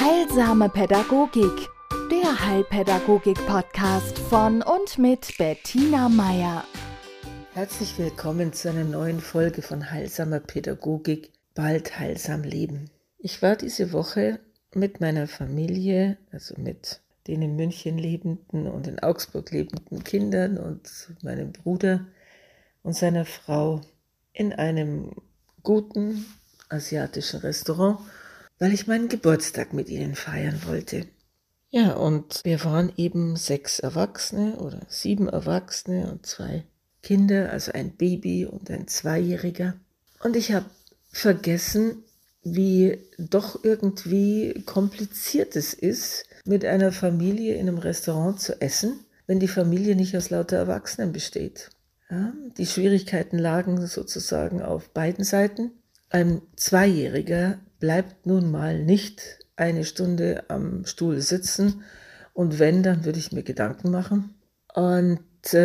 Heilsame Pädagogik, der Heilpädagogik-Podcast von und mit Bettina Meier. Herzlich willkommen zu einer neuen Folge von Heilsamer Pädagogik, bald heilsam leben. Ich war diese Woche mit meiner Familie, also mit den in München lebenden und in Augsburg lebenden Kindern und meinem Bruder und seiner Frau in einem guten asiatischen Restaurant, weil ich meinen Geburtstag mit ihnen feiern wollte. Ja, und wir waren eben 6 Erwachsene oder 7 Erwachsene und 2 Kinder, also ein Baby und ein 2-Jähriger. Und ich habe vergessen, wie doch irgendwie kompliziert es ist, mit einer Familie in einem Restaurant zu essen, wenn die Familie nicht aus lauter Erwachsenen besteht. Ja, die Schwierigkeiten lagen sozusagen auf beiden Seiten. Ein 2-Jähriger bleibt nun mal nicht eine Stunde am Stuhl sitzen und wenn, dann würde ich mir Gedanken machen. Und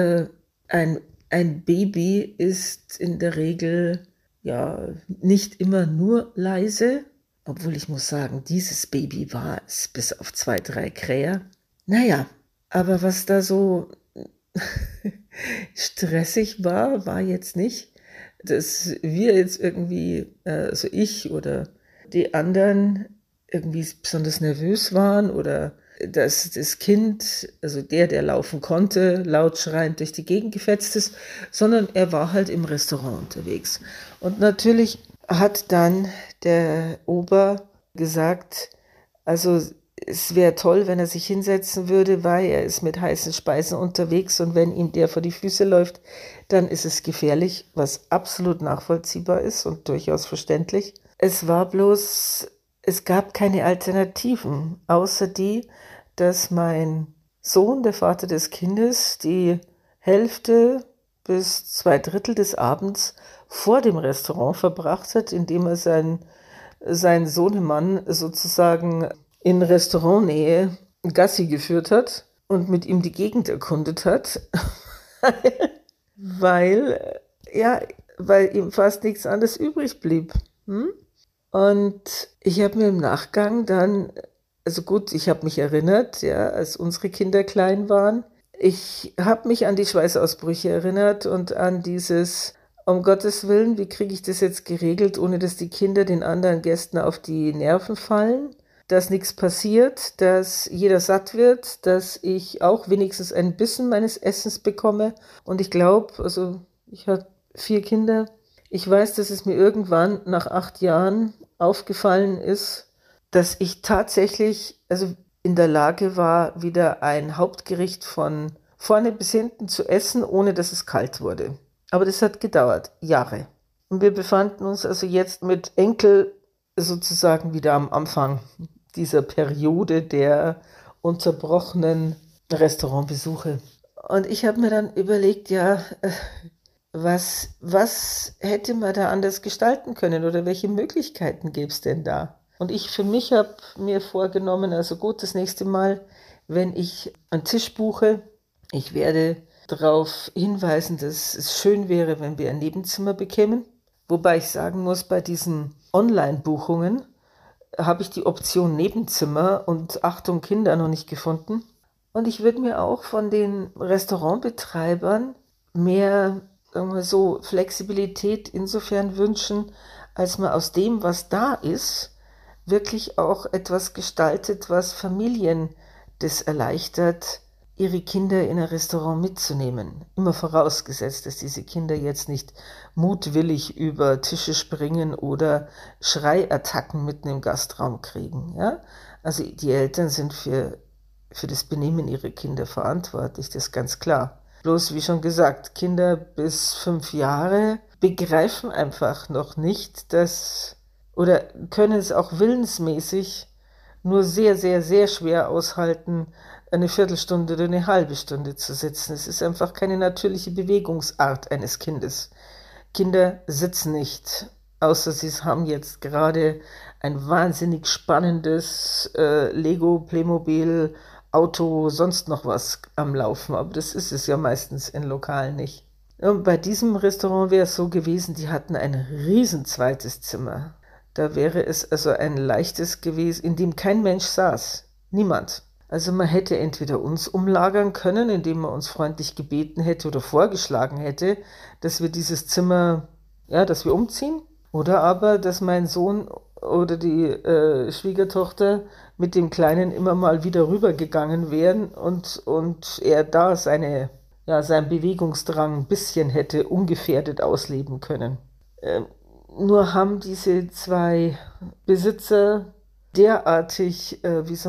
ein Baby ist in der Regel ja nicht immer nur leise, obwohl ich muss sagen, dieses Baby war es bis auf 2, 3 Kräher. Naja, aber was da so stressig war jetzt nicht, dass wir jetzt irgendwie, also ich oder die anderen irgendwie besonders nervös waren oder dass das Kind, also der laufen konnte, laut schreiend durch die Gegend gefetzt ist, sondern er war halt im Restaurant unterwegs. Und natürlich hat dann der Ober gesagt, also es wäre toll, wenn er sich hinsetzen würde, weil er ist mit heißen Speisen unterwegs und wenn ihm der vor die Füße läuft, dann ist es gefährlich, was absolut nachvollziehbar ist und durchaus verständlich. Es gab keine Alternativen, außer die, dass mein Sohn, der Vater des Kindes, die Hälfte bis 2/3 des Abends vor dem Restaurant verbracht hat, indem er seinen Sohnemann sozusagen in Restaurantnähe Gassi geführt hat und mit ihm die Gegend erkundet hat, weil ihm fast nichts anderes übrig blieb. Und ich habe mir im Nachgang dann, also gut, ich habe mich erinnert, ja, als unsere Kinder klein waren, ich habe mich an die Schweißausbrüche erinnert und an dieses, um Gottes Willen, wie kriege ich das jetzt geregelt, ohne dass die Kinder den anderen Gästen auf die Nerven fallen, dass nichts passiert, dass jeder satt wird, dass ich auch wenigstens ein bisschen meines Essens bekomme. Und ich glaube, also ich habe 4 Kinder. Ich weiß, dass es mir irgendwann nach 8 Jahren aufgefallen ist, dass ich tatsächlich also in der Lage war, wieder ein Hauptgericht von vorne bis hinten zu essen, ohne dass es kalt wurde. Aber das hat gedauert, Jahre. Und wir befanden uns also jetzt mit Enkel sozusagen wieder am Anfang dieser Periode der unterbrochenen Restaurantbesuche. Und ich habe mir dann überlegt, was hätte man da anders gestalten können oder welche Möglichkeiten gäbe es denn da? Und ich für mich habe mir vorgenommen, also gut, das nächste Mal, wenn ich einen Tisch buche, ich werde darauf hinweisen, dass es schön wäre, wenn wir ein Nebenzimmer bekämen. Wobei ich sagen muss, bei diesen Online-Buchungen habe ich die Option Nebenzimmer und Achtung Kinder noch nicht gefunden. Und ich würde mir auch von den Restaurantbetreibern mehr, sagen wir so, Flexibilität insofern wünschen, als man aus dem, was da ist, wirklich auch etwas gestaltet, was Familien das erleichtert, ihre Kinder in ein Restaurant mitzunehmen. Immer vorausgesetzt, dass diese Kinder jetzt nicht mutwillig über Tische springen oder Schreiattacken mitten im Gastraum kriegen. Ja? Also die Eltern sind für das Benehmen ihrer Kinder verantwortlich, das ist ganz klar. Bloß, wie schon gesagt, Kinder bis 5 Jahre begreifen einfach noch nicht, oder können es auch willensmäßig nur sehr, sehr, sehr schwer aushalten, eine Viertelstunde oder eine halbe Stunde zu sitzen. Es ist einfach keine natürliche Bewegungsart eines Kindes. Kinder sitzen nicht, außer sie haben jetzt gerade ein wahnsinnig spannendes Lego, Playmobil, Auto, sonst noch was am Laufen. Aber das ist es ja meistens in Lokalen nicht. Und bei diesem Restaurant wäre es so gewesen, die hatten ein riesen zweites Zimmer. Da wäre es also ein leichtes gewesen, in dem kein Mensch saß. Niemand. Also man hätte entweder uns umlagern können, indem man uns freundlich gebeten hätte oder vorgeschlagen hätte, dass wir dieses Zimmer, ja, dass wir umziehen. Oder aber, dass mein Sohn oder die Schwiegertochter mit dem Kleinen immer mal wieder rübergegangen wären und er da seinen Bewegungsdrang ein bisschen hätte ungefährdet ausleben können. Nur haben diese zwei Besitzer derartig,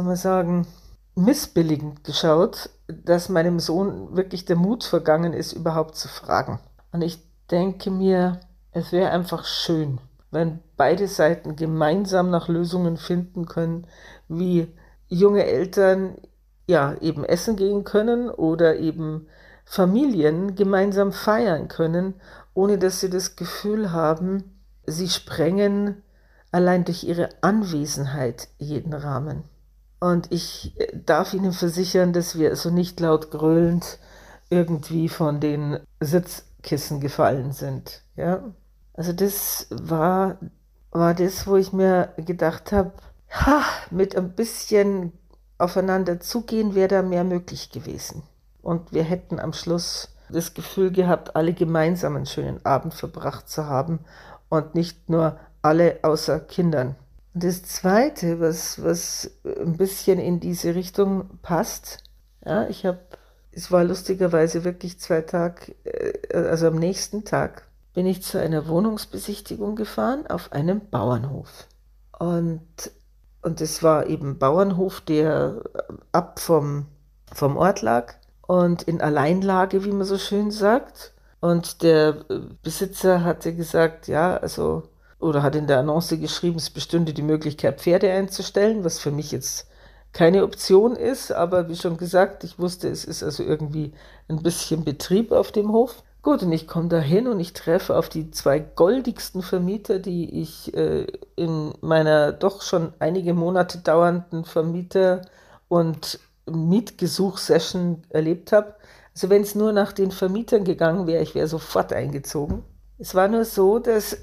missbilligend geschaut, dass meinem Sohn wirklich der Mut vergangen ist, überhaupt zu fragen. Und ich denke mir, es wäre einfach schön, wenn beide Seiten gemeinsam nach Lösungen finden können, wie junge Eltern ja eben essen gehen können oder eben Familien gemeinsam feiern können, ohne dass sie das Gefühl haben, sie sprengen allein durch ihre Anwesenheit jeden Rahmen. Und ich darf Ihnen versichern, dass wir also nicht laut gröhlend irgendwie von den Sitzkissen gefallen sind. Ja? Also das war das, wo ich mir gedacht habe, mit ein bisschen aufeinander zugehen wäre da mehr möglich gewesen. Und wir hätten am Schluss das Gefühl gehabt, alle gemeinsam einen schönen Abend verbracht zu haben und nicht nur alle außer Kindern. Das Zweite, was ein bisschen in diese Richtung passt, ja, es war lustigerweise wirklich 2 Tage, also am nächsten Tag bin ich zu einer Wohnungsbesichtigung gefahren auf einem Bauernhof. Und es war eben ein Bauernhof, der ab vom Ort lag und in Alleinlage, wie man so schön sagt. Und der Besitzer hatte gesagt, ja, also, oder hat in der Annonce geschrieben, es bestünde die Möglichkeit, Pferde einzustellen, was für mich jetzt keine Option ist, aber wie schon gesagt, ich wusste, es ist also irgendwie ein bisschen Betrieb auf dem Hof. Gut, und ich komme da hin und ich treffe auf die 2 goldigsten Vermieter, die ich in meiner doch schon einige Monate dauernden Vermieter- und Mietgesuchssession erlebt habe. Also wenn es nur nach den Vermietern gegangen wäre, ich wäre sofort eingezogen. Es war nur so, dass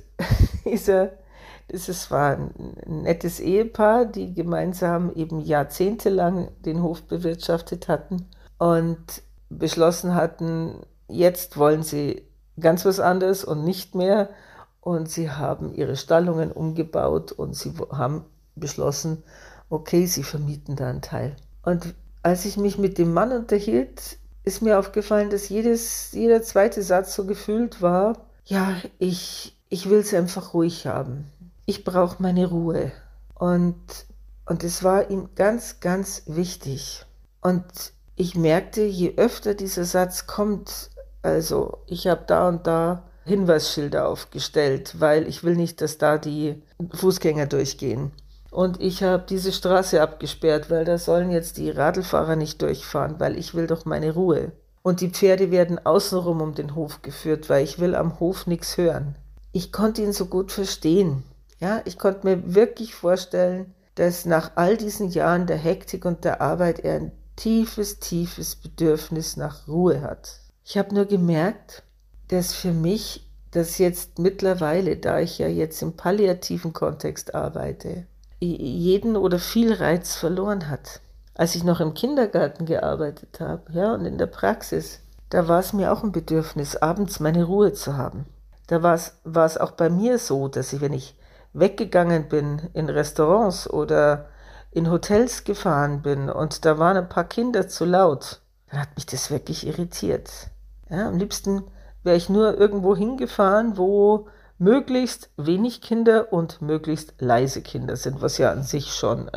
es war ein nettes Ehepaar, die gemeinsam eben jahrzehntelang den Hof bewirtschaftet hatten und beschlossen hatten, jetzt wollen sie ganz was anderes und nicht mehr. Und sie haben ihre Stallungen umgebaut und sie haben beschlossen, okay, sie vermieten da einen Teil. Und als ich mich mit dem Mann unterhielt, ist mir aufgefallen, dass jeder zweite Satz so gefühlt war, ja, ich will es einfach ruhig haben. Ich brauche meine Ruhe. Und es war ihm ganz, ganz wichtig. Und ich merkte, je öfter dieser Satz kommt, also ich habe da und da Hinweisschilder aufgestellt, weil ich will nicht, dass da die Fußgänger durchgehen. Und ich habe diese Straße abgesperrt, weil da sollen jetzt die Radlfahrer nicht durchfahren, weil ich will doch meine Ruhe. Und die Pferde werden außenrum um den Hof geführt, weil ich will am Hof nichts hören. Ich konnte ihn so gut verstehen. Ja, ich konnte mir wirklich vorstellen, dass nach all diesen Jahren der Hektik und der Arbeit er ein tiefes, tiefes Bedürfnis nach Ruhe hat. Ich habe nur gemerkt, dass für mich das jetzt mittlerweile, da ich ja jetzt im palliativen Kontext arbeite, jeden oder viel Reiz verloren hat. Als ich noch im Kindergarten gearbeitet habe, ja, und in der Praxis, da war es mir auch ein Bedürfnis, abends meine Ruhe zu haben. Da war es auch bei mir so, dass ich, wenn ich weggegangen bin in Restaurants oder in Hotels gefahren bin und da waren ein paar Kinder zu laut, dann hat mich das wirklich irritiert. Ja, am liebsten wäre ich nur irgendwo hingefahren, wo möglichst wenig Kinder und möglichst leise Kinder sind, was ja an sich schon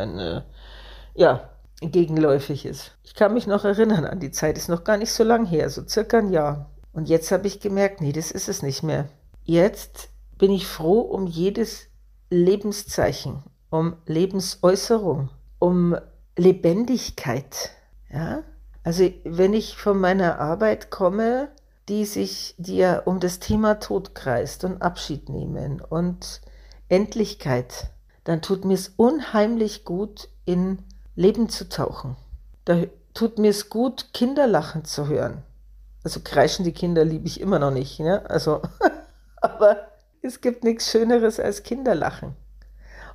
gegenläufig ist. Ich kann mich noch erinnern an die Zeit, ist noch gar nicht so lang her, so circa ein Jahr. Und jetzt habe ich gemerkt, nee, das ist es nicht mehr. Jetzt bin ich froh um jedes Lebenszeichen, um Lebensäußerung, um Lebendigkeit. Ja? Also wenn ich von meiner Arbeit komme, die ja um das Thema Tod kreist und Abschied nehmen und Endlichkeit, dann tut mir es unheimlich gut, in Leben zu tauchen. Da tut mir es gut, Kinderlachen zu hören. Also kreischende Kinder liebe ich immer noch nicht, ne? Also, aber es gibt nichts Schöneres als Kinderlachen.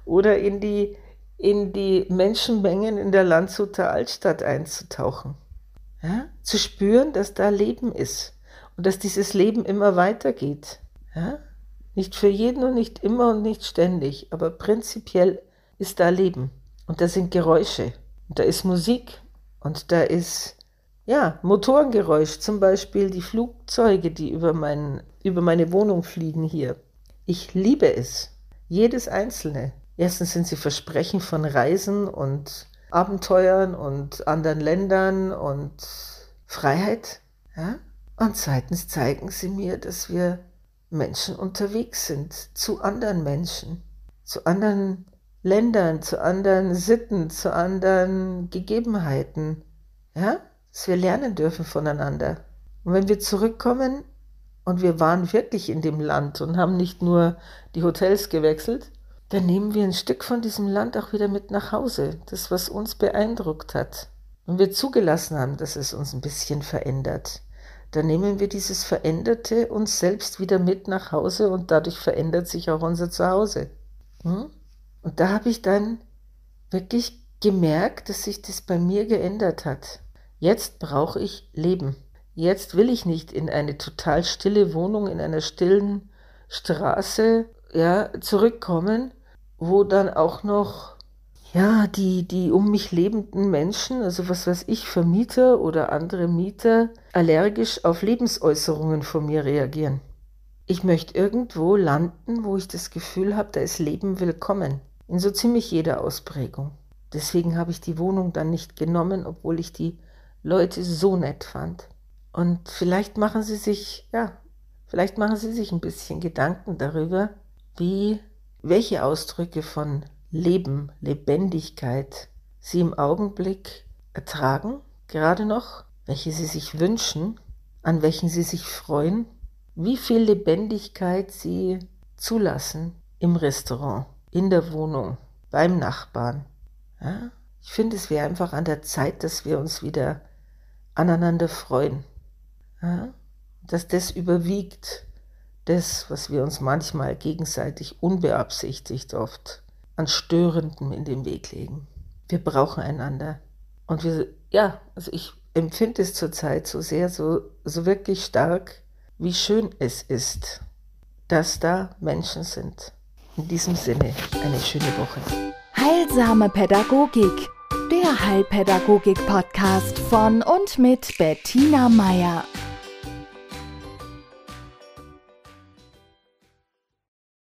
oder in die Menschenmengen in der Landshuter Altstadt einzutauchen. Ja? Zu spüren, dass da Leben ist und dass dieses Leben immer weitergeht. Ja? Nicht für jeden und nicht immer und nicht ständig, aber prinzipiell ist da Leben. Und da sind Geräusche und da ist Musik und da ist Motorengeräusch, zum Beispiel die Flugzeuge, die über meine Wohnung fliegen hier. Ich liebe es, jedes einzelne. Erstens sind sie Versprechen von Reisen und Abenteuern und anderen Ländern und Freiheit. Ja? Und zweitens zeigen sie mir, dass wir Menschen unterwegs sind, zu anderen Menschen, zu anderen Ländern, zu anderen Sitten, zu anderen Gegebenheiten. Ja? Dass wir lernen dürfen voneinander. Und wenn wir zurückkommen und wir waren wirklich in dem Land und haben nicht nur die Hotels gewechselt, dann nehmen wir ein Stück von diesem Land auch wieder mit nach Hause. Das, was uns beeindruckt hat. Und wir zugelassen haben, dass es uns ein bisschen verändert. Dann nehmen wir dieses Veränderte uns selbst wieder mit nach Hause und dadurch verändert sich auch unser Zuhause. Und da habe ich dann wirklich gemerkt, dass sich das bei mir geändert hat. Jetzt brauche ich Leben. Jetzt will ich nicht in eine total stille Wohnung, in einer stillen Straße zurückkommen, wo dann auch noch die um mich lebenden Menschen, also was weiß ich, Vermieter oder andere Mieter, allergisch auf Lebensäußerungen von mir reagieren. Ich möchte irgendwo landen, wo ich das Gefühl habe, da ist Leben willkommen. In so ziemlich jeder Ausprägung. Deswegen habe ich die Wohnung dann nicht genommen, obwohl ich die Leute so nett fand. Und vielleicht machen Sie sich ein bisschen Gedanken darüber, welche Ausdrücke von Leben, Lebendigkeit Sie im Augenblick ertragen, gerade noch, welche Sie sich wünschen, an welchen Sie sich freuen, wie viel Lebendigkeit Sie zulassen im Restaurant, in der Wohnung, beim Nachbarn. Ja? Ich finde, es wäre einfach an der Zeit, dass wir uns wieder aneinander freuen. Ja? Dass das überwiegt, das, was wir uns manchmal gegenseitig unbeabsichtigt oft an Störendem in den Weg legen. Wir brauchen einander. Und ich empfinde es zurzeit so sehr, so wirklich stark, wie schön es ist, dass da Menschen sind. In diesem Sinne, eine schöne Woche. Heilsame Pädagogik, der Heilpädagogik-Podcast von und mit Bettina Meier.